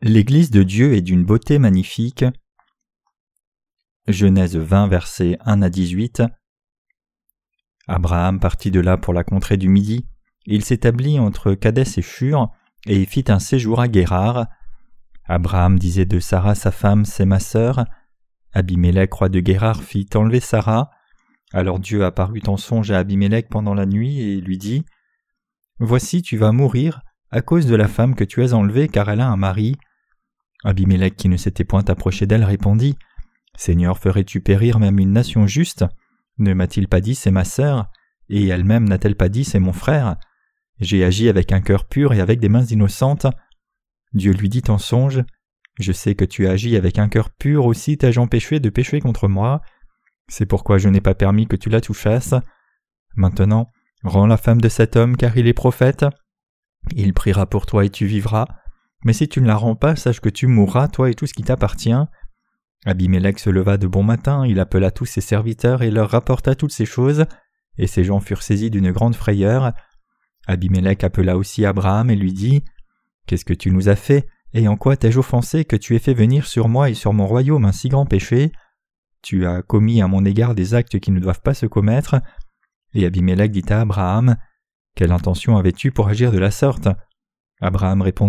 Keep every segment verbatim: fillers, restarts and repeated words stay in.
L'Église de Dieu est d'une beauté magnifique. Genèse vingt, versets un à dix-huit. Abraham partit de là pour la contrée du Midi. Il s'établit entre Kadès et Shur, et fit un séjour à Guérar. Abraham disait de Sarah sa femme, c'est ma sœur. Abimélec, roi de Guérar, fit enlever Sarah. Alors Dieu apparut en songe à Abimélec pendant la nuit et lui dit : Voici, tu vas mourir à cause de la femme que tu as enlevée, car elle a un mari. Abimélec, qui ne s'était point approché d'elle, répondit : Seigneur, ferais-tu périr même une nation juste ? Ne m'a-t-il pas dit c'est ma sœur ? Et elle-même n'a-t-elle pas dit c'est mon frère ? J'ai agi avec un cœur pur et avec des mains innocentes. Dieu lui dit en songe : Je sais que tu as agi avec un cœur pur, aussi t'ai-je empêché de pécher contre moi. C'est pourquoi je n'ai pas permis que tu la touchasses. Maintenant, rends la femme de cet homme, car il est prophète. Il priera pour toi et tu vivras. Mais si tu ne la rends pas, sache que tu mourras, toi et tout ce qui t'appartient. Abimélec se leva de bon matin, il appela tous ses serviteurs et leur rapporta toutes ces choses, et ces gens furent saisis d'une grande frayeur. Abimélec appela aussi Abraham et lui dit : Qu'est-ce que tu nous as fait, et en quoi t'ai-je offensé que tu aies fait venir sur moi et sur mon royaume un si grand péché ? Tu as commis à mon égard des actes qui ne doivent pas se commettre. Et Abimélec dit à Abraham : Quelle intention avais-tu pour agir de la sorte ? Abraham répondit :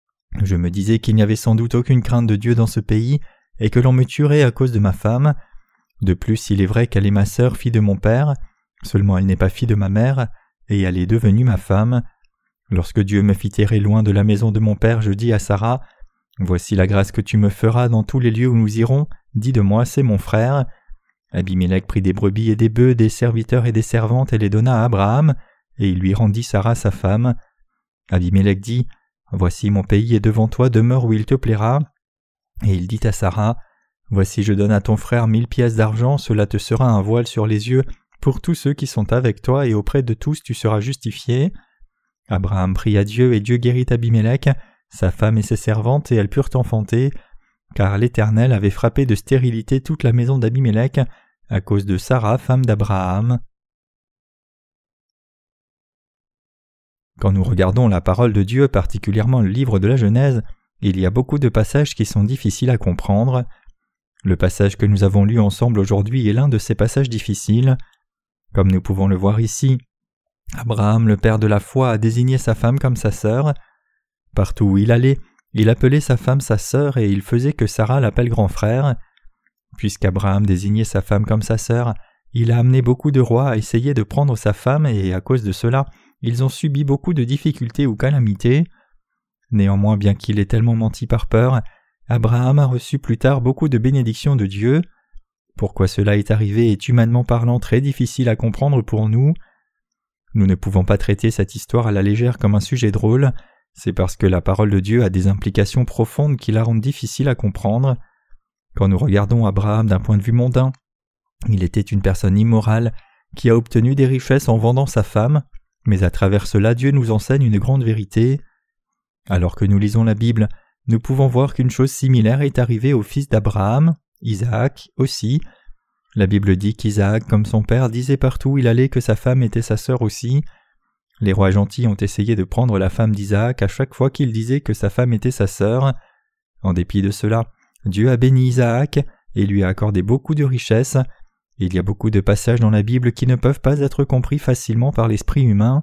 Je me disais qu'il n'y avait sans doute aucune crainte de Dieu dans ce pays, et que l'on me tuerait à cause de ma femme. De plus, il est vrai qu'elle est ma sœur, fille de mon père, seulement elle n'est pas fille de ma mère, et elle est devenue ma femme. Lorsque Dieu me fit errer loin de la maison de mon père, je dis à Sarah : Voici la grâce que tu me feras dans tous les lieux où nous irons, dis de moi, c'est mon frère. Abimélec prit des brebis et des bœufs, des serviteurs et des servantes, et les donna à Abraham, et il lui rendit Sarah sa femme. Abimélec dit : Voici mon pays est devant toi, demeure où il te plaira. Et il dit à Sarah : Voici je donne à ton frère mille pièces d'argent, cela te sera un voile sur les yeux pour tous ceux qui sont avec toi, et auprès de tous tu seras justifié. Abraham pria Dieu, et Dieu guérit Abimélec, sa femme et ses servantes, et elles purent enfanter, car l'Éternel avait frappé de stérilité toute la maison d'Abimélec à cause de Sarah, femme d'Abraham. Quand nous regardons la parole de Dieu, particulièrement le livre de la Genèse, il y a beaucoup de passages qui sont difficiles à comprendre. Le passage que nous avons lu ensemble aujourd'hui est l'un de ces passages difficiles. Comme nous pouvons le voir ici, Abraham, le père de la foi, a désigné sa femme comme sa sœur. Partout où il allait, il appelait sa femme sa sœur et il faisait que Sarah l'appelle grand frère. Puisqu'Abraham désignait sa femme comme sa sœur, il a amené beaucoup de rois à essayer de prendre sa femme et à cause de cela, ils ont subi beaucoup de difficultés ou calamités. Néanmoins, bien qu'il ait tellement menti par peur, Abraham a reçu plus tard beaucoup de bénédictions de Dieu. Pourquoi cela est arrivé est humainement parlant très difficile à comprendre pour nous. Nous ne pouvons pas traiter cette histoire à la légère comme un sujet drôle, c'est parce que la parole de Dieu a des implications profondes qui la rendent difficile à comprendre. Quand nous regardons Abraham d'un point de vue mondain, il était une personne immorale qui a obtenu des richesses en vendant sa femme, mais à travers cela Dieu nous enseigne une grande vérité. Alors que nous lisons la Bible, nous pouvons voir qu'une chose similaire est arrivée au fils d'Abraham, Isaac aussi. La Bible dit qu'Isaac, comme son père, disait partout où il allait que sa femme était sa sœur aussi. Les rois gentils ont essayé de prendre la femme d'Isaac à chaque fois qu'il disait que sa femme était sa sœur. En dépit de cela, Dieu a béni Isaac et lui a accordé beaucoup de richesses. Il y a beaucoup de passages dans la Bible qui ne peuvent pas être compris facilement par l'esprit humain.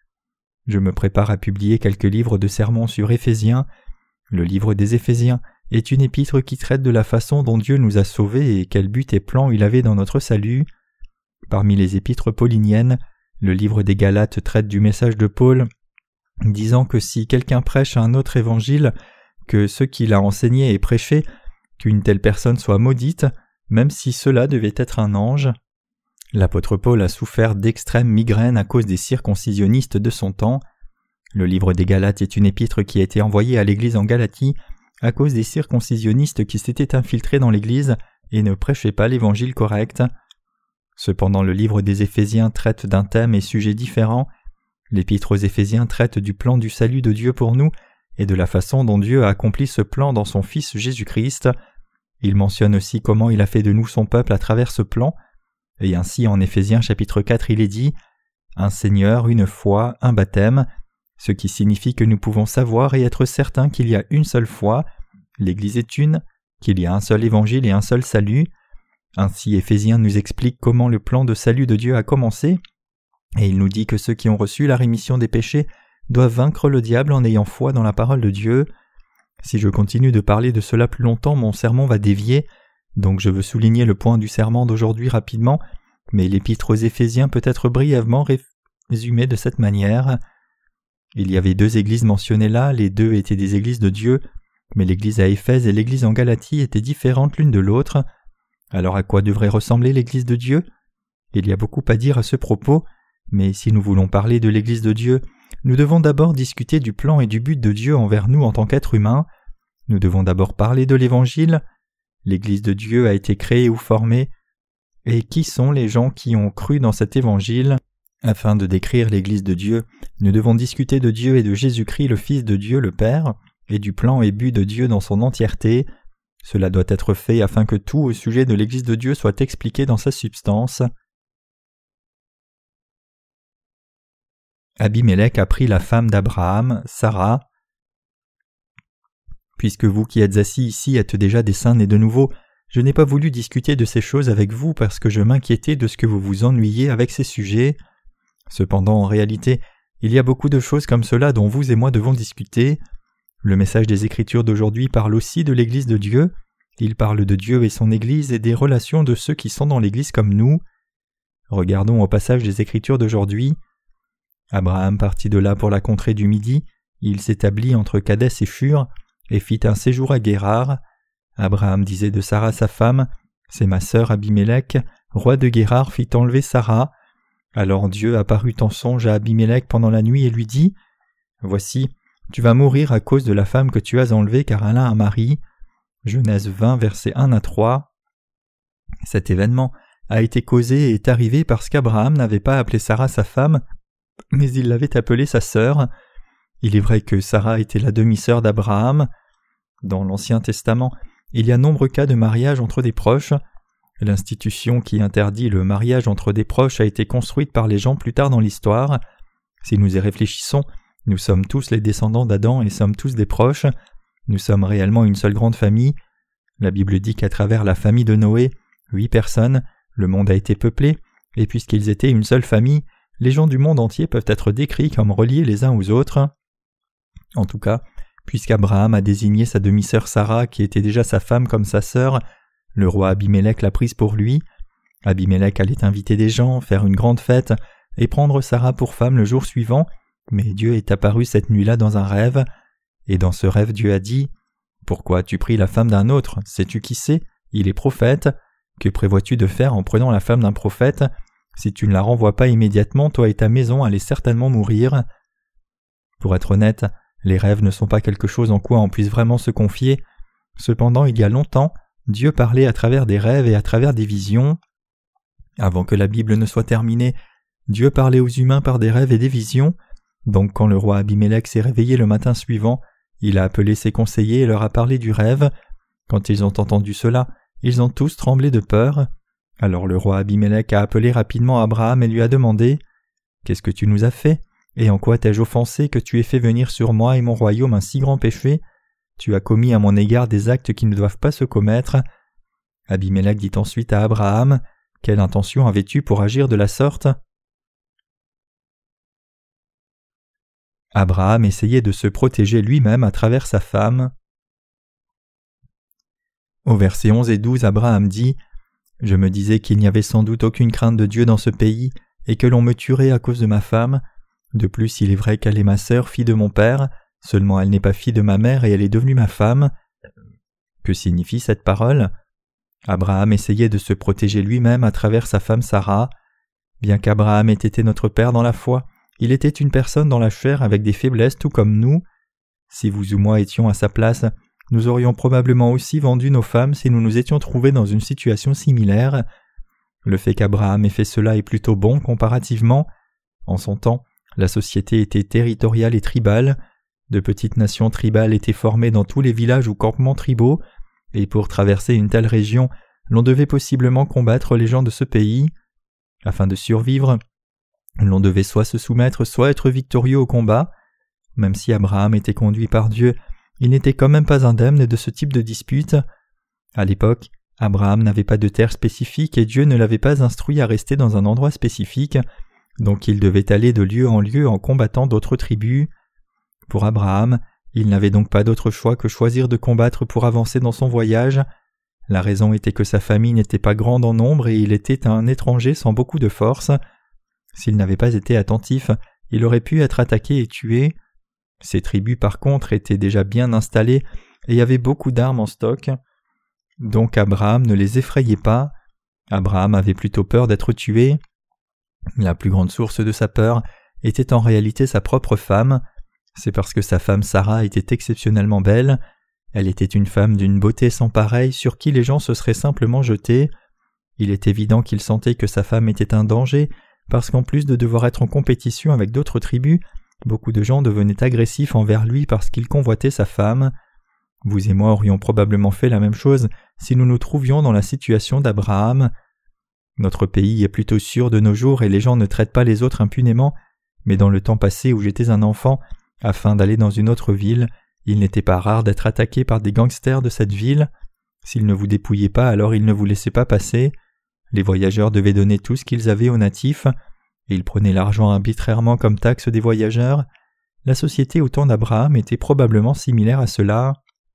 Je me prépare à publier quelques livres de sermons sur Éphésiens. Le livre des Éphésiens est une épître qui traite de la façon dont Dieu nous a sauvés et quel but et plan il avait dans notre salut. Parmi les épîtres pauliniennes, le livre des Galates traite du message de Paul, disant que si quelqu'un prêche un autre évangile que ce qu'il a enseigné et prêché, qu'une telle personne soit maudite, même si cela devait être un ange. L'apôtre Paul a souffert d'extrêmes migraines à cause des circoncisionnistes de son temps. Le livre des Galates est une épître qui a été envoyée à l'église en Galatie à cause des circoncisionnistes qui s'étaient infiltrés dans l'église et ne prêchaient pas l'évangile correct. Cependant, le livre des Éphésiens traite d'un thème et sujet différents. L'épître aux Éphésiens traite du plan du salut de Dieu pour nous et de la façon dont Dieu a accompli ce plan dans son Fils Jésus-Christ. Il mentionne aussi comment il a fait de nous son peuple à travers ce plan. Et ainsi, en Éphésiens chapitre quatre, il est dit : Un Seigneur, une foi, un baptême. ce qui signifie que nous pouvons savoir et être certains qu'il y a une seule foi, l'Église est une, qu'il y a un seul évangile et un seul salut. Ainsi Éphésiens nous explique comment le plan de salut de Dieu a commencé, et il nous dit que ceux qui ont reçu la rémission des péchés doivent vaincre le diable en ayant foi dans la parole de Dieu. Si je continue de parler de cela plus longtemps, mon sermon va dévier, donc je veux souligner le point du serment d'aujourd'hui rapidement, mais l'épître aux Éphésiens peut être brièvement résumé de cette manière. Il y avait deux églises mentionnées là, les deux étaient des églises de Dieu, mais l'église à Éphèse et l'église en Galatie étaient différentes l'une de l'autre. Alors à quoi devrait ressembler l'église de Dieu? Il y a beaucoup à dire à ce propos, mais si nous voulons parler de l'église de Dieu, nous devons d'abord discuter du plan et du but de Dieu envers nous en tant qu'êtres humains. Nous devons d'abord parler de l'Évangile. L'Église de Dieu a été créée ou formée. Et qui sont les gens qui ont cru dans cet Évangile? Afin de décrire l'Église de Dieu, nous devons discuter de Dieu et de Jésus-Christ le Fils de Dieu le Père, et du plan et but de Dieu dans son entièreté. Cela doit être fait afin que tout au sujet de l'Église de Dieu soit expliqué dans sa substance. Abimélec a pris la femme d'Abraham, Sarah. Puisque vous qui êtes assis ici êtes déjà des saints nés de nouveau, je n'ai pas voulu discuter de ces choses avec vous parce que je m'inquiétais de ce que vous vous ennuyiez avec ces sujets. Cependant, en réalité, il y a beaucoup de choses comme cela dont vous et moi devons discuter. Le message des Écritures d'aujourd'hui parle aussi de l'Église de Dieu. Il parle de Dieu et son Église et des relations de ceux qui sont dans l'Église comme nous. Regardons au passage des Écritures d'aujourd'hui. Abraham partit de là pour la contrée du Midi, il s'établit entre Kadès et Shur, et fit un séjour à Guérar. Abraham disait de Sarah sa femme, « C'est ma sœur Abimélec, roi de Guérar fit enlever Sarah. » Alors Dieu apparut en songe à Abimélec pendant la nuit et lui dit, « Voici, tu vas mourir à cause de la femme que tu as enlevée car elle a un mari. » Genèse vingt, versets un à trois. Cet événement a été causé et est arrivé parce qu'Abraham n'avait pas appelé Sarah sa femme, mais il l'avait appelée sa sœur. Il est vrai que Sarah était la demi-sœur d'Abraham. Dans l'Ancien Testament, il y a nombreux cas de mariage entre des proches. L'institution qui interdit le mariage entre des proches a été construite par les gens plus tard dans l'histoire. Si nous y réfléchissons, nous sommes tous les descendants d'Adam et sommes tous des proches. Nous sommes réellement une seule grande famille. La Bible dit qu'à travers la famille de Noé, huit personnes, le monde a été peuplé, et puisqu'ils étaient une seule famille, les gens du monde entier peuvent être décrits comme reliés les uns aux autres. En tout cas, puisqu'Abraham a désigné sa demi-sœur Sarah, qui était déjà sa femme comme sa sœur, le roi Abimélec l'a prise pour lui. Abimélec allait inviter des gens, faire une grande fête, et prendre Sarah pour femme le jour suivant, mais Dieu est apparu cette nuit-là dans un rêve, et dans ce rêve Dieu a dit « Pourquoi as-tu pris la femme d'un autre? Sais-tu qui c'est? Il est prophète. Que prévois-tu de faire en prenant la femme d'un prophète? Si tu ne la renvoies pas immédiatement, toi et ta maison allez certainement mourir. » Pour être honnête, les rêves ne sont pas quelque chose en quoi on puisse vraiment se confier. Cependant, il y a longtemps, Dieu parlait à travers des rêves et à travers des visions. Avant que la Bible ne soit terminée, Dieu parlait aux humains par des rêves et des visions. Donc quand le roi Abimélec s'est réveillé le matin suivant, il a appelé ses conseillers et leur a parlé du rêve. Quand ils ont entendu cela, ils ont tous tremblé de peur. Alors le roi Abimélec a appelé rapidement Abraham et lui a demandé « Qu'est-ce que tu nous as fait? Et en quoi t'ai-je offensé que tu aies fait venir sur moi et mon royaume un si grand péché? Tu as commis à mon égard des actes qui ne doivent pas se commettre. » Abimélec dit ensuite à Abraham « Quelle intention avais-tu pour agir de la sorte ?» Abraham essayait de se protéger lui-même à travers sa femme. Au verset onze et douze, Abraham dit « Je me disais qu'il n'y avait sans doute aucune crainte de Dieu dans ce pays, et que l'on me tuerait à cause de ma femme. De plus, il est vrai qu'elle est ma sœur, fille de mon père, seulement elle n'est pas fille de ma mère et elle est devenue ma femme. » Que signifie cette parole? Abraham essayait de se protéger lui-même à travers sa femme Sarah. Bien qu'Abraham ait été notre père dans la foi, il était une personne dans la chair avec des faiblesses tout comme nous. Si vous ou moi étions à sa place, nous aurions probablement aussi vendu nos femmes si nous nous étions trouvés dans une situation similaire. Le fait qu'Abraham ait fait cela est plutôt bon comparativement. En son temps, la société était territoriale et tribale. De petites nations tribales étaient formées dans tous les villages ou campements tribaux, et pour traverser une telle région, l'on devait possiblement combattre les gens de ce pays. Afin de survivre, l'on devait soit se soumettre, soit être victorieux au combat. Même si Abraham était conduit par Dieu, il n'était quand même pas indemne de ce type de dispute. À l'époque, Abraham n'avait pas de terre spécifique et Dieu ne l'avait pas instruit à rester dans un endroit spécifique, donc il devait aller de lieu en lieu en combattant d'autres tribus. Pour Abraham, il n'avait donc pas d'autre choix que choisir de combattre pour avancer dans son voyage. La raison était que sa famille n'était pas grande en nombre et il était un étranger sans beaucoup de force. S'il n'avait pas été attentif, il aurait pu être attaqué et tué. Ces tribus par contre étaient déjà bien installées et avaient beaucoup d'armes en stock. Donc Abraham ne les effrayait pas. Abraham avait plutôt peur d'être tué. La plus grande source de sa peur était en réalité sa propre femme. C'est parce que sa femme Sarah était exceptionnellement belle. Elle était une femme d'une beauté sans pareille sur qui les gens se seraient simplement jetés. Il est évident qu'il sentait que sa femme était un danger, parce qu'en plus de devoir être en compétition avec d'autres tribus, beaucoup de gens devenaient agressifs envers lui parce qu'ils convoitaient sa femme. Vous et moi aurions probablement fait la même chose si nous nous trouvions dans la situation d'Abraham. Notre pays est plutôt sûr de nos jours et les gens ne traitent pas les autres impunément, mais dans le temps passé où j'étais un enfant, afin d'aller dans une autre ville, il n'était pas rare d'être attaqué par des gangsters de cette ville. S'ils ne vous dépouillaient pas, alors ils ne vous laissaient pas passer. Les voyageurs devaient donner tout ce qu'ils avaient aux natifs, et ils prenaient l'argent arbitrairement comme taxe des voyageurs. La société au temps d'Abraham était probablement similaire à cela.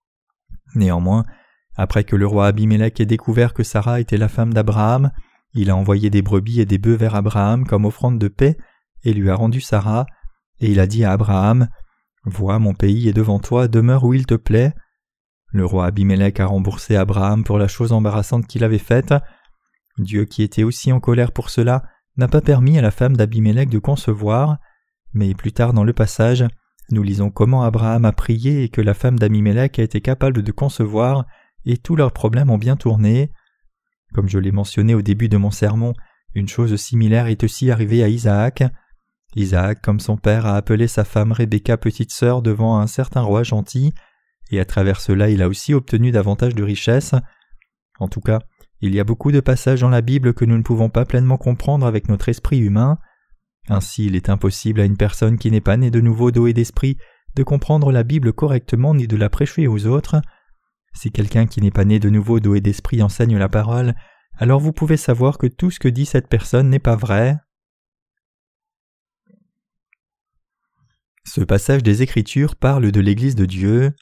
Néanmoins, après que le roi Abimelech ait découvert que Sarah était la femme d'Abraham, il a envoyé des brebis et des bœufs vers Abraham comme offrande de paix, et lui a rendu Sarah, et il a dit à Abraham, « Vois, mon pays est devant toi, demeure où il te plaît. » Le roi Abimelech a remboursé Abraham pour la chose embarrassante qu'il avait faite. Dieu, qui était aussi en colère pour cela, n'a pas permis à la femme d'Abimelech de concevoir, mais plus tard dans le passage, nous lisons comment Abraham a prié et que la femme d'Abimelech a été capable de concevoir, et tous leurs problèmes ont bien tourné. Comme je l'ai mentionné au début de mon sermon, une chose similaire est aussi arrivée à Isaac. Isaac, comme son père, a appelé sa femme Rebecca petite sœur devant un certain roi gentil, et à travers cela il a aussi obtenu davantage de richesses. En tout cas, il y a beaucoup de passages dans la Bible que nous ne pouvons pas pleinement comprendre avec notre esprit humain. Ainsi, il est impossible à une personne qui n'est pas née de nouveau d'eau et d'esprit de comprendre la Bible correctement ni de la prêcher aux autres. Si quelqu'un qui n'est pas né de nouveau d'eau et d'esprit enseigne la parole, alors vous pouvez savoir que tout ce que dit cette personne n'est pas vrai. Ce passage des Écritures parle de l'Église de Dieu.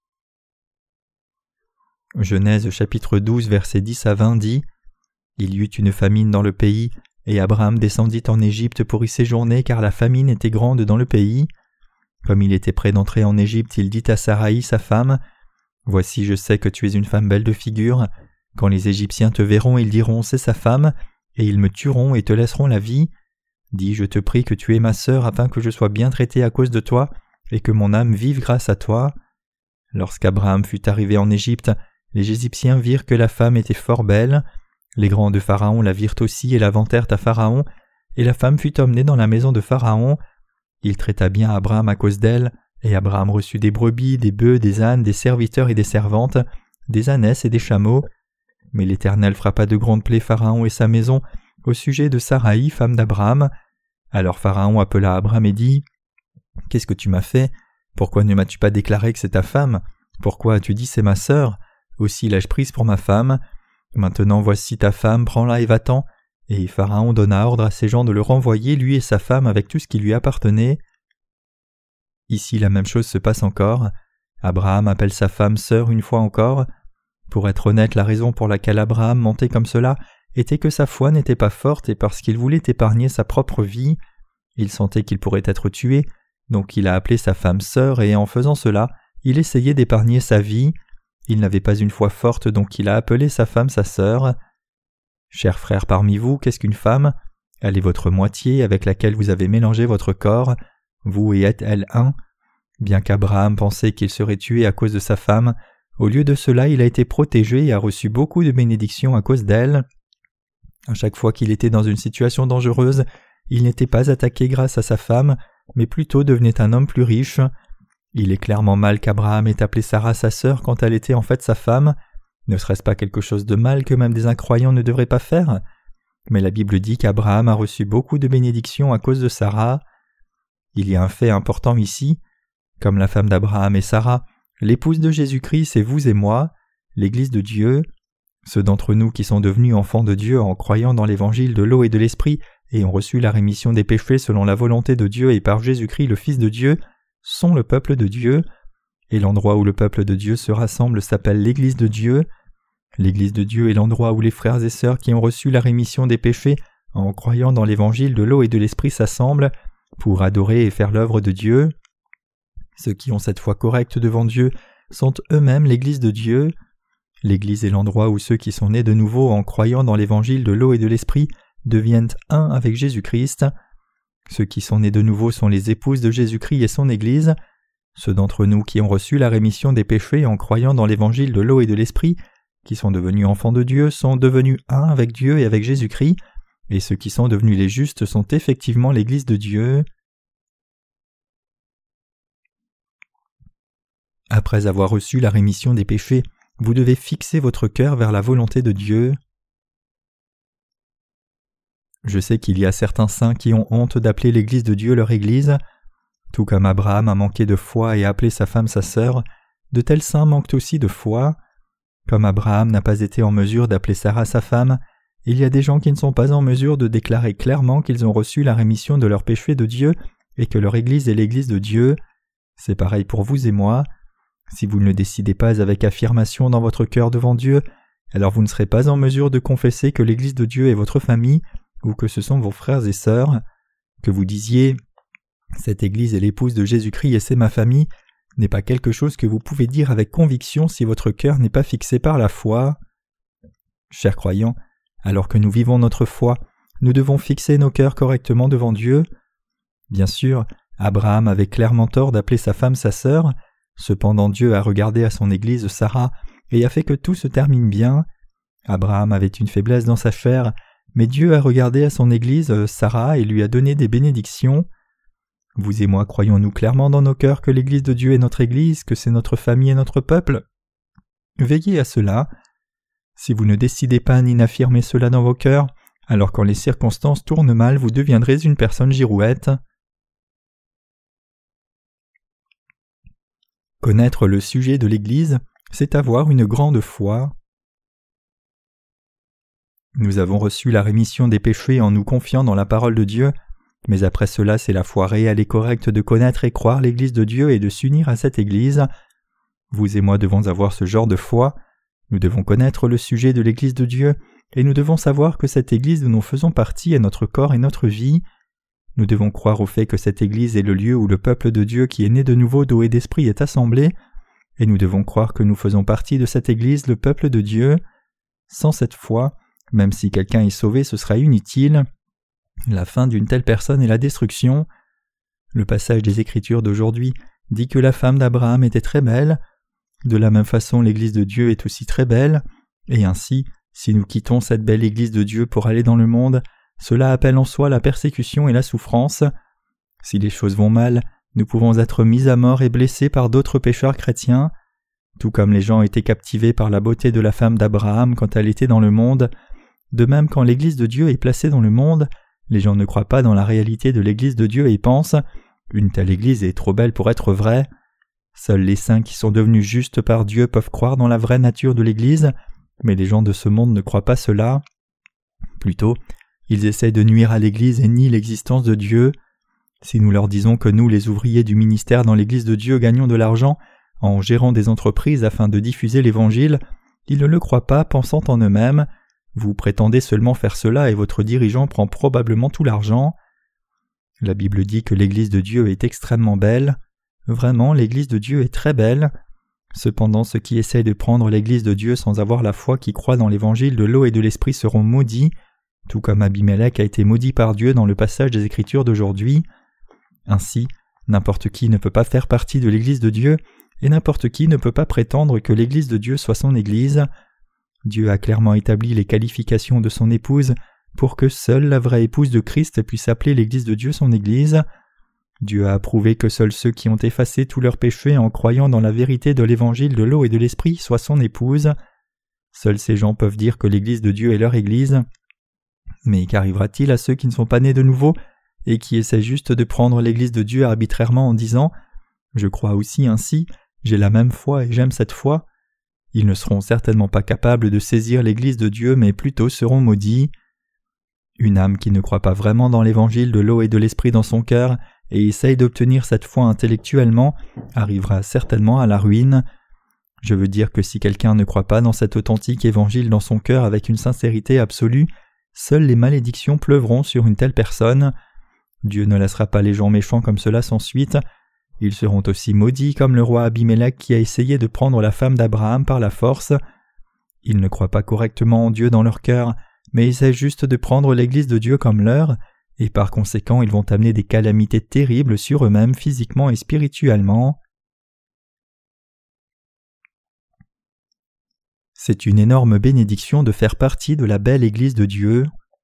Genèse chapitre douze versets dix à vingt dit « Il y eut une famine dans le pays, et Abraham descendit en Égypte pour y séjourner car la famine était grande dans le pays. Comme il était près d'entrer en Égypte, il dit à Saraï sa femme, « Voici, je sais que tu es une femme belle de figure. Quand les Égyptiens te verront, ils diront, c'est sa femme, et ils me tueront et te laisseront la vie. Dis, je te prie que tu es ma sœur afin que je sois bien traité à cause de toi, et que mon âme vive grâce à toi. » Lorsqu'Abraham fut arrivé en Égypte, les Égyptiens virent que la femme était fort belle. Les grands de Pharaon la virent aussi et la vantèrent à Pharaon, et la femme fut emmenée dans la maison de Pharaon. Il traita bien Abraham à cause d'elle, et Abraham reçut des brebis, des bœufs, des ânes, des serviteurs et des servantes, des ânesses et des chameaux. Mais l'Éternel frappa de grandes plaies Pharaon et sa maison au sujet de Saraï, femme d'Abraham. Alors Pharaon appela Abraham et dit, « Qu'est-ce que tu m'as fait? Pourquoi ne m'as-tu pas déclaré que c'est ta femme? Pourquoi as-tu dit c'est ma sœur? Aussi l'ai-je prise pour ma femme. Maintenant voici ta femme, prends-la et va-t'en. » Et Pharaon donna ordre à ses gens de le renvoyer, lui et sa femme, avec tout ce qui lui appartenait. Ici la même chose se passe encore. Abraham appelle sa femme sœur une fois encore. Pour être honnête, la raison pour laquelle Abraham mentait comme cela était que sa foi n'était pas forte et parce qu'il voulait épargner sa propre vie. Il sentait qu'il pourrait être tué, donc il a appelé sa femme sœur et en faisant cela, il essayait d'épargner sa vie. Il n'avait pas une foi forte, donc il a appelé sa femme sa sœur. Chers frères parmi vous, qu'est-ce qu'une femme? Elle est votre moitié avec laquelle vous avez mélangé votre corps. Vous et êtes-elle un? Bien qu'Abraham pensait qu'il serait tué à cause de sa femme, au lieu de cela, il a été protégé et a reçu beaucoup de bénédictions à cause d'elle. À chaque fois qu'il était dans une situation dangereuse, il n'était pas attaqué grâce à sa femme, mais plutôt devenait un homme plus riche. Il est clairement mal qu'Abraham ait appelé Sarah sa sœur quand elle était en fait sa femme. Ne serait-ce pas quelque chose de mal que même des incroyants ne devraient pas faire? Mais la Bible dit qu'Abraham a reçu beaucoup de bénédictions à cause de Sarah. Il y a un fait important ici. Comme la femme d'Abraham et Sarah, l'épouse de Jésus-Christ, c'est vous et moi, l'Église de Dieu. Ceux d'entre nous qui sont devenus enfants de Dieu en croyant dans l'évangile de l'eau et de l'esprit et ont reçu la rémission des péchés selon la volonté de Dieu et par Jésus-Christ le Fils de Dieu, sont le peuple de Dieu, et l'endroit où le peuple de Dieu se rassemble s'appelle l'Église de Dieu. L'Église de Dieu est l'endroit où les frères et sœurs qui ont reçu la rémission des péchés en croyant dans l'évangile de l'eau et de l'esprit s'assemblent pour adorer et faire l'œuvre de Dieu. Ceux qui ont cette foi correcte devant Dieu sont eux-mêmes l'Église de Dieu. L'Église est l'endroit où ceux qui sont nés de nouveau en croyant dans l'évangile de l'eau et de l'esprit deviennent un avec Jésus-Christ. Ceux qui sont nés de nouveau sont les épouses de Jésus-Christ et son Église. Ceux d'entre nous qui ont reçu la rémission des péchés en croyant dans l'évangile de l'eau et de l'esprit, qui sont devenus enfants de Dieu, sont devenus un avec Dieu et avec Jésus-Christ, et ceux qui sont devenus les justes sont effectivement l'Église de Dieu. Après avoir reçu la rémission des péchés, vous devez fixer votre cœur vers la volonté de Dieu. Je sais qu'il y a certains saints qui ont honte d'appeler l'Église de Dieu leur Église. Tout comme Abraham a manqué de foi et a appelé sa femme sa sœur, de tels saints manquent aussi de foi. Comme Abraham n'a pas été en mesure d'appeler Sarah sa femme, il y a des gens qui ne sont pas en mesure de déclarer clairement qu'ils ont reçu la rémission de leurs péchés de Dieu et que leur Église est l'Église de Dieu. C'est pareil pour vous et moi. Si vous ne le décidez pas avec affirmation dans votre cœur devant Dieu, alors vous ne serez pas en mesure de confesser que l'Église de Dieu est votre famille ou que ce sont vos frères et sœurs. Que vous disiez « Cette Église est l'épouse de Jésus-Christ et c'est ma famille » n'est pas quelque chose que vous pouvez dire avec conviction si votre cœur n'est pas fixé par la foi. Chers croyants, alors que nous vivons notre foi, nous devons fixer nos cœurs correctement devant Dieu. Bien sûr, Abraham avait clairement tort d'appeler sa femme sa sœur, cependant Dieu a regardé à son Église Sarah et a fait que tout se termine bien. Abraham avait une faiblesse dans sa chair, mais Dieu a regardé à son Église Sarah et lui a donné des bénédictions. Vous et moi croyons-nous clairement dans nos cœurs que l'Église de Dieu est notre Église, que c'est notre famille et notre peuple? Veillez à cela. Si vous ne décidez pas ni n'affirmez cela dans vos cœurs, alors quand les circonstances tournent mal, vous deviendrez une personne girouette. Connaître le sujet de l'Église, c'est avoir une grande foi. Nous avons reçu la rémission des péchés en nous confiant dans la parole de Dieu, mais après cela c'est la foi réelle et correcte de connaître et croire l'Église de Dieu et de s'unir à cette Église. Vous et moi devons avoir ce genre de foi. Nous devons connaître le sujet de l'Église de Dieu, et nous devons savoir que cette Église dont nous faisons partie est notre corps et notre vie. Nous devons croire au fait que cette Église est le lieu où le peuple de Dieu qui est né de nouveau d'eau et d'esprit est assemblé, et nous devons croire que nous faisons partie de cette Église, le peuple de Dieu. Sans cette foi, même si quelqu'un est sauvé, ce sera inutile. La fin d'une telle personne est la destruction. Le passage des Écritures d'aujourd'hui dit que la femme d'Abraham était très belle. De la même façon, l'Église de Dieu est aussi très belle, et ainsi, si nous quittons cette belle Église de Dieu pour aller dans le monde, cela appelle en soi la persécution et la souffrance. Si les choses vont mal, nous pouvons être mis à mort et blessés par d'autres pécheurs chrétiens. Tout comme les gens étaient captivés par la beauté de la femme d'Abraham quand elle était dans le monde, de même quand l'Église de Dieu est placée dans le monde, les gens ne croient pas dans la réalité de l'Église de Dieu et pensent « Une telle Église est trop belle pour être vraie ». Seuls les saints qui sont devenus justes par Dieu peuvent croire dans la vraie nature de l'Église, mais les gens de ce monde ne croient pas cela. Plutôt, ils essaient de nuire à l'Église et nient l'existence de Dieu. Si nous leur disons que nous, les ouvriers du ministère dans l'Église de Dieu, gagnons de l'argent en gérant des entreprises afin de diffuser l'Évangile, ils ne le croient pas, pensant en eux-mêmes. Vous prétendez seulement faire cela et votre dirigeant prend probablement tout l'argent. La Bible dit que l'Église de Dieu est extrêmement belle. Vraiment, l'Église de Dieu est très belle. Cependant, ceux qui essaient de prendre l'Église de Dieu sans avoir la foi qui croit dans l'Évangile de l'eau et de l'Esprit seront maudits, tout comme Abimelech a été maudit par Dieu dans le passage des Écritures d'aujourd'hui. Ainsi, n'importe qui ne peut pas faire partie de l'Église de Dieu, et n'importe qui ne peut pas prétendre que l'Église de Dieu soit son Église. Dieu a clairement établi les qualifications de son épouse pour que seule la vraie épouse de Christ puisse appeler l'Église de Dieu son Église. Dieu a approuvé que seuls ceux qui ont effacé tous leurs péchés en croyant dans la vérité de l'Évangile de l'eau et de l'Esprit soient son épouse. Seuls ces gens peuvent dire que l'Église de Dieu est leur Église. Mais qu'arrivera-t-il à ceux qui ne sont pas nés de nouveau et qui essaient juste de prendre l'Église de Dieu arbitrairement en disant « Je crois aussi ainsi, j'ai la même foi et j'aime cette foi. Ils ne seront certainement pas capables de saisir l'Église de Dieu, mais plutôt seront maudits. Une âme qui ne croit pas vraiment dans l'évangile de l'eau et de l'esprit dans son cœur et essaye d'obtenir cette foi intellectuellement arrivera certainement à la ruine. Je veux dire que si quelqu'un ne croit pas dans cet authentique évangile dans son cœur avec une sincérité absolue, seules les malédictions pleuvront sur une telle personne. Dieu ne laissera pas les gens méchants comme cela sans suite. Ils seront aussi maudits comme le roi Abimelech qui a essayé de prendre la femme d'Abraham par la force. Ils ne croient pas correctement en Dieu dans leur cœur, mais essaient juste de prendre l'Église de Dieu comme leur, et par conséquent ils vont amener des calamités terribles sur eux-mêmes physiquement et spirituellement. C'est une énorme bénédiction de faire partie de la belle Église de Dieu.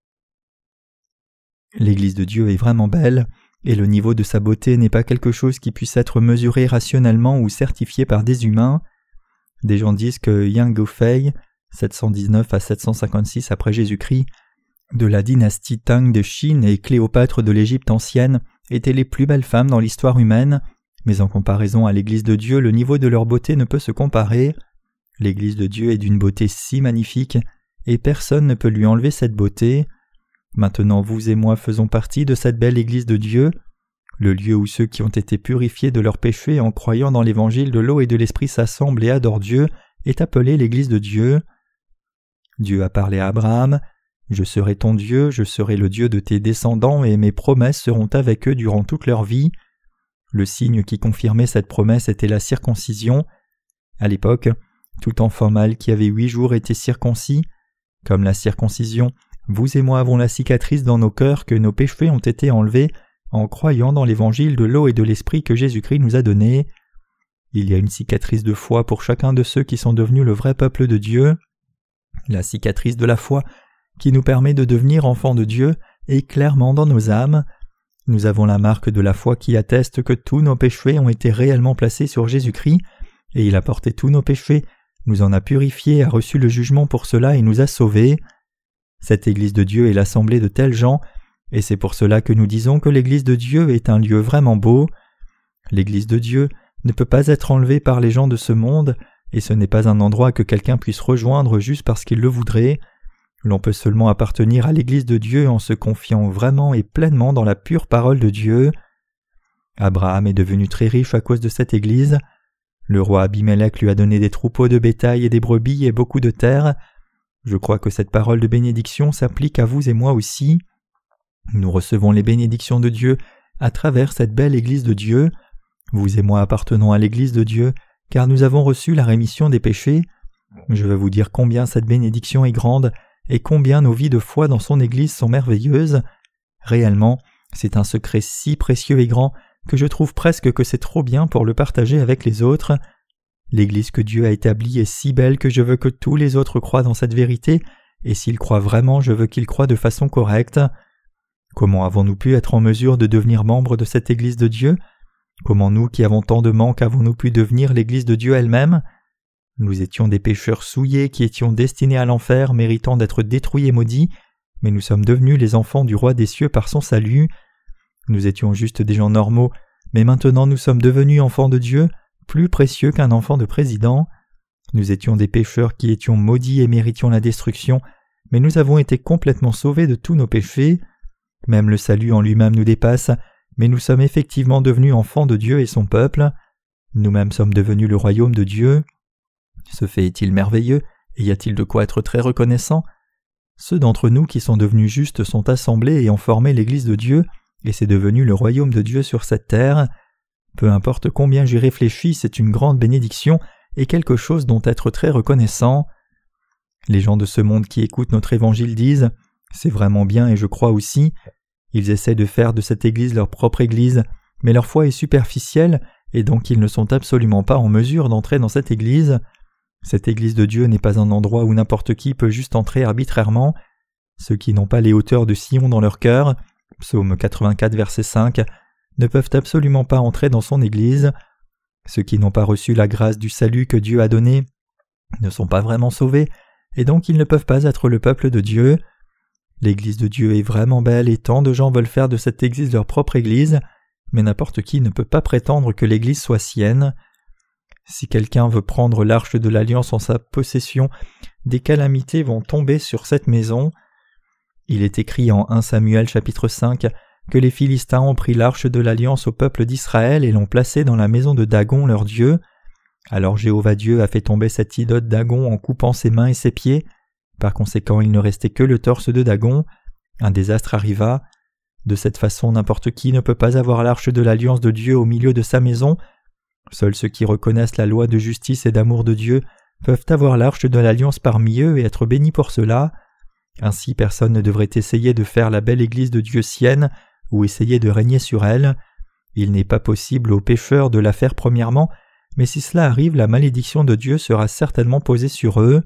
L'Église de Dieu est vraiment belle, et le niveau de sa beauté n'est pas quelque chose qui puisse être mesuré rationnellement ou certifié par des humains. Des gens disent que Yang Guofei, sept cent dix-neuf à sept cent cinquante-six après Jésus-Christ, de la dynastie Tang de Chine et Cléopâtre de l'Égypte ancienne, étaient les plus belles femmes dans l'histoire humaine, mais en comparaison à l'Église de Dieu, le niveau de leur beauté ne peut se comparer. L'Église de Dieu est d'une beauté si magnifique, et personne ne peut lui enlever cette beauté. Maintenant vous et moi faisons partie de cette belle Église de Dieu, le lieu où ceux qui ont été purifiés de leurs péchés en croyant dans l'évangile de l'eau et de l'esprit s'assemblent et adorent Dieu est appelé l'Église de Dieu. Dieu a parlé à Abraham, « Je serai ton Dieu, je serai le Dieu de tes descendants et mes promesses seront avec eux durant toute leur vie. » Le signe qui confirmait cette promesse était la circoncision. À l'époque, tout enfant mâle qui avait huit jours était circoncis. Comme la circoncision, vous et moi avons la cicatrice dans nos cœurs que nos péchés ont été enlevés en croyant dans l'évangile de l'eau et de l'esprit que Jésus-Christ nous a donné. Il y a une cicatrice de foi pour chacun de ceux qui sont devenus le vrai peuple de Dieu. La cicatrice de la foi qui nous permet de devenir enfants de Dieu est clairement dans nos âmes. Nous avons la marque de la foi qui atteste que tous nos péchés ont été réellement placés sur Jésus-Christ, et il a porté tous nos péchés, nous en a purifiés, a reçu le jugement pour cela et nous a sauvés. Cette Église de Dieu est l'assemblée de tels gens, et c'est pour cela que nous disons que l'Église de Dieu est un lieu vraiment beau. L'Église de Dieu ne peut pas être enlevée par les gens de ce monde, et ce n'est pas un endroit que quelqu'un puisse rejoindre juste parce qu'il le voudrait. L'on peut seulement appartenir à l'Église de Dieu en se confiant vraiment et pleinement dans la pure parole de Dieu. Abraham est devenu très riche à cause de cette Église. Le roi Abimelech lui a donné des troupeaux de bétail et des brebis et beaucoup de terre. Je crois que cette parole de bénédiction s'applique à vous et moi aussi. Nous recevons les bénédictions de Dieu à travers cette belle Église de Dieu. Vous et moi appartenons à l'Église de Dieu, car nous avons reçu la rémission des péchés. Je veux vous dire combien cette bénédiction est grande, et combien nos vies de foi dans son Église sont merveilleuses. Réellement, c'est un secret si précieux et grand que je trouve presque que c'est trop bien pour le partager avec les autres. L'Église que Dieu a établie est si belle que je veux que tous les autres croient dans cette vérité, et s'ils croient vraiment, je veux qu'ils croient de façon correcte. Comment avons-nous pu être en mesure de devenir membres de cette Église de Dieu? Comment nous qui avons tant de manques avons-nous pu devenir l'Église de Dieu elle-même? Nous étions des pécheurs souillés qui étions destinés à l'enfer, méritant d'être détruits et maudits, mais nous sommes devenus les enfants du roi des cieux par son salut. Nous étions juste des gens normaux, mais maintenant nous sommes devenus enfants de Dieu, plus précieux qu'un enfant de président. Nous étions des pécheurs qui étions maudits et méritions la destruction, mais nous avons été complètement sauvés de tous nos péchés. Même le salut en lui-même nous dépasse, mais nous sommes effectivement devenus enfants de Dieu et son peuple. Nous-mêmes sommes devenus le royaume de Dieu. Ce fait est-il merveilleux, et y a-t-il de quoi être très reconnaissant? Ceux d'entre nous qui sont devenus justes sont assemblés et ont formé l'Église de Dieu, et c'est devenu le royaume de Dieu sur cette terre. Peu importe combien j'y réfléchis, c'est une grande bénédiction et quelque chose dont être très reconnaissant. Les gens de ce monde qui écoutent notre évangile disent « C'est vraiment bien et je crois aussi ». Ils essaient de faire de cette Église leur propre Église, mais leur foi est superficielle et donc ils ne sont absolument pas en mesure d'entrer dans cette Église. Cette Église de Dieu n'est pas un endroit où n'importe qui peut juste entrer arbitrairement. Ceux qui n'ont pas les hauteurs de Sion dans leur cœur, psaume quatre-vingt-quatre verset cinq, ne peuvent absolument pas entrer dans son Église. Ceux qui n'ont pas reçu la grâce du salut que Dieu a donné ne sont pas vraiment sauvés, et donc ils ne peuvent pas être le peuple de Dieu. L'Église de Dieu est vraiment belle et tant de gens veulent faire de cette Église leur propre Église, mais n'importe qui ne peut pas prétendre que l'Église soit sienne. Si quelqu'un veut prendre l'arche de l'Alliance en sa possession, des calamités vont tomber sur cette maison. Il est écrit en premier Samuel chapitre cinq que les Philistins ont pris l'arche de l'Alliance au peuple d'Israël et l'ont placée dans la maison de Dagon leur dieu. Alors Jéhovah Dieu a fait tomber cette idole Dagon en coupant ses mains et ses pieds. Par conséquent, il ne restait que le torse de Dagon. Un désastre arriva. De cette façon, n'importe qui ne peut pas avoir l'arche de l'Alliance de Dieu au milieu de sa maison. Seuls ceux qui reconnaissent la loi de justice et d'amour de Dieu peuvent avoir l'arche de l'Alliance parmi eux et être bénis pour cela. Ainsi, personne ne devrait essayer de faire la belle Église de Dieu sienne ou essayer de régner sur elle. Il n'est pas possible aux pécheurs de la faire premièrement, mais si cela arrive, la malédiction de Dieu sera certainement posée sur eux.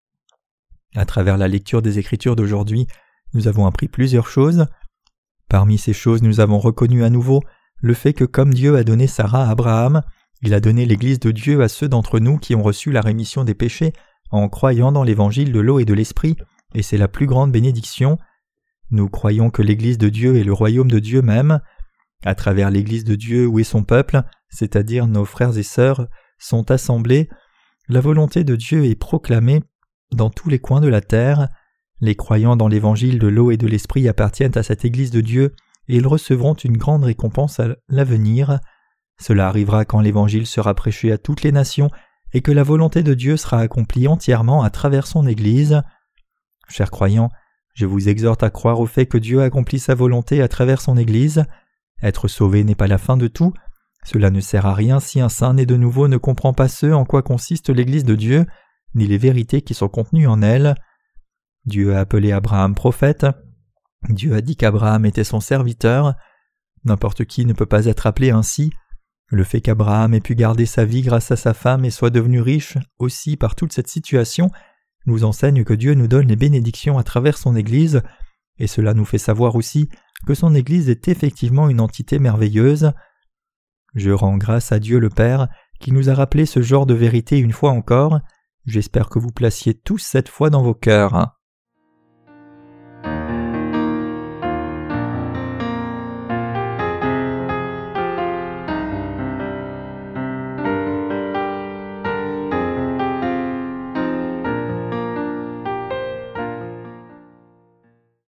À travers la lecture des Écritures d'aujourd'hui, nous avons appris plusieurs choses. Parmi ces choses, nous avons reconnu à nouveau le fait que comme Dieu a donné Sarah à Abraham, il a donné l'Église de Dieu à ceux d'entre nous qui ont reçu la rémission des péchés en croyant dans l'Évangile de l'eau et de l'Esprit, et c'est la plus grande bénédiction. Nous croyons que l'Église de Dieu est le royaume de Dieu même. À travers l'Église de Dieu où est son peuple, c'est-à-dire nos frères et sœurs, sont assemblés, la volonté de Dieu est proclamée dans tous les coins de la terre. Les croyants dans l'Évangile de l'eau et de l'Esprit appartiennent à cette Église de Dieu et ils recevront une grande récompense à l'avenir. Cela arrivera quand l'Évangile sera prêché à toutes les nations et que la volonté de Dieu sera accomplie entièrement à travers son Église. Chers croyants, je vous exhorte à croire au fait que Dieu accomplit sa volonté à travers son Église. Être sauvé n'est pas la fin de tout. Cela ne sert à rien si un saint né de nouveau ne comprend pas ce en quoi consiste l'Église de Dieu, ni les vérités qui sont contenues en elle. Dieu a appelé Abraham prophète. Dieu a dit qu'Abraham était son serviteur. N'importe qui ne peut pas être appelé ainsi. Le fait qu'Abraham ait pu garder sa vie grâce à sa femme et soit devenu riche aussi par toute cette situation nous enseigne que Dieu nous donne les bénédictions à travers son Église, et cela nous fait savoir aussi que son Église est effectivement une entité merveilleuse. Je rends grâce à Dieu le Père qui nous a rappelé ce genre de vérité une fois encore. J'espère que vous placiez tous cette foi dans vos cœurs.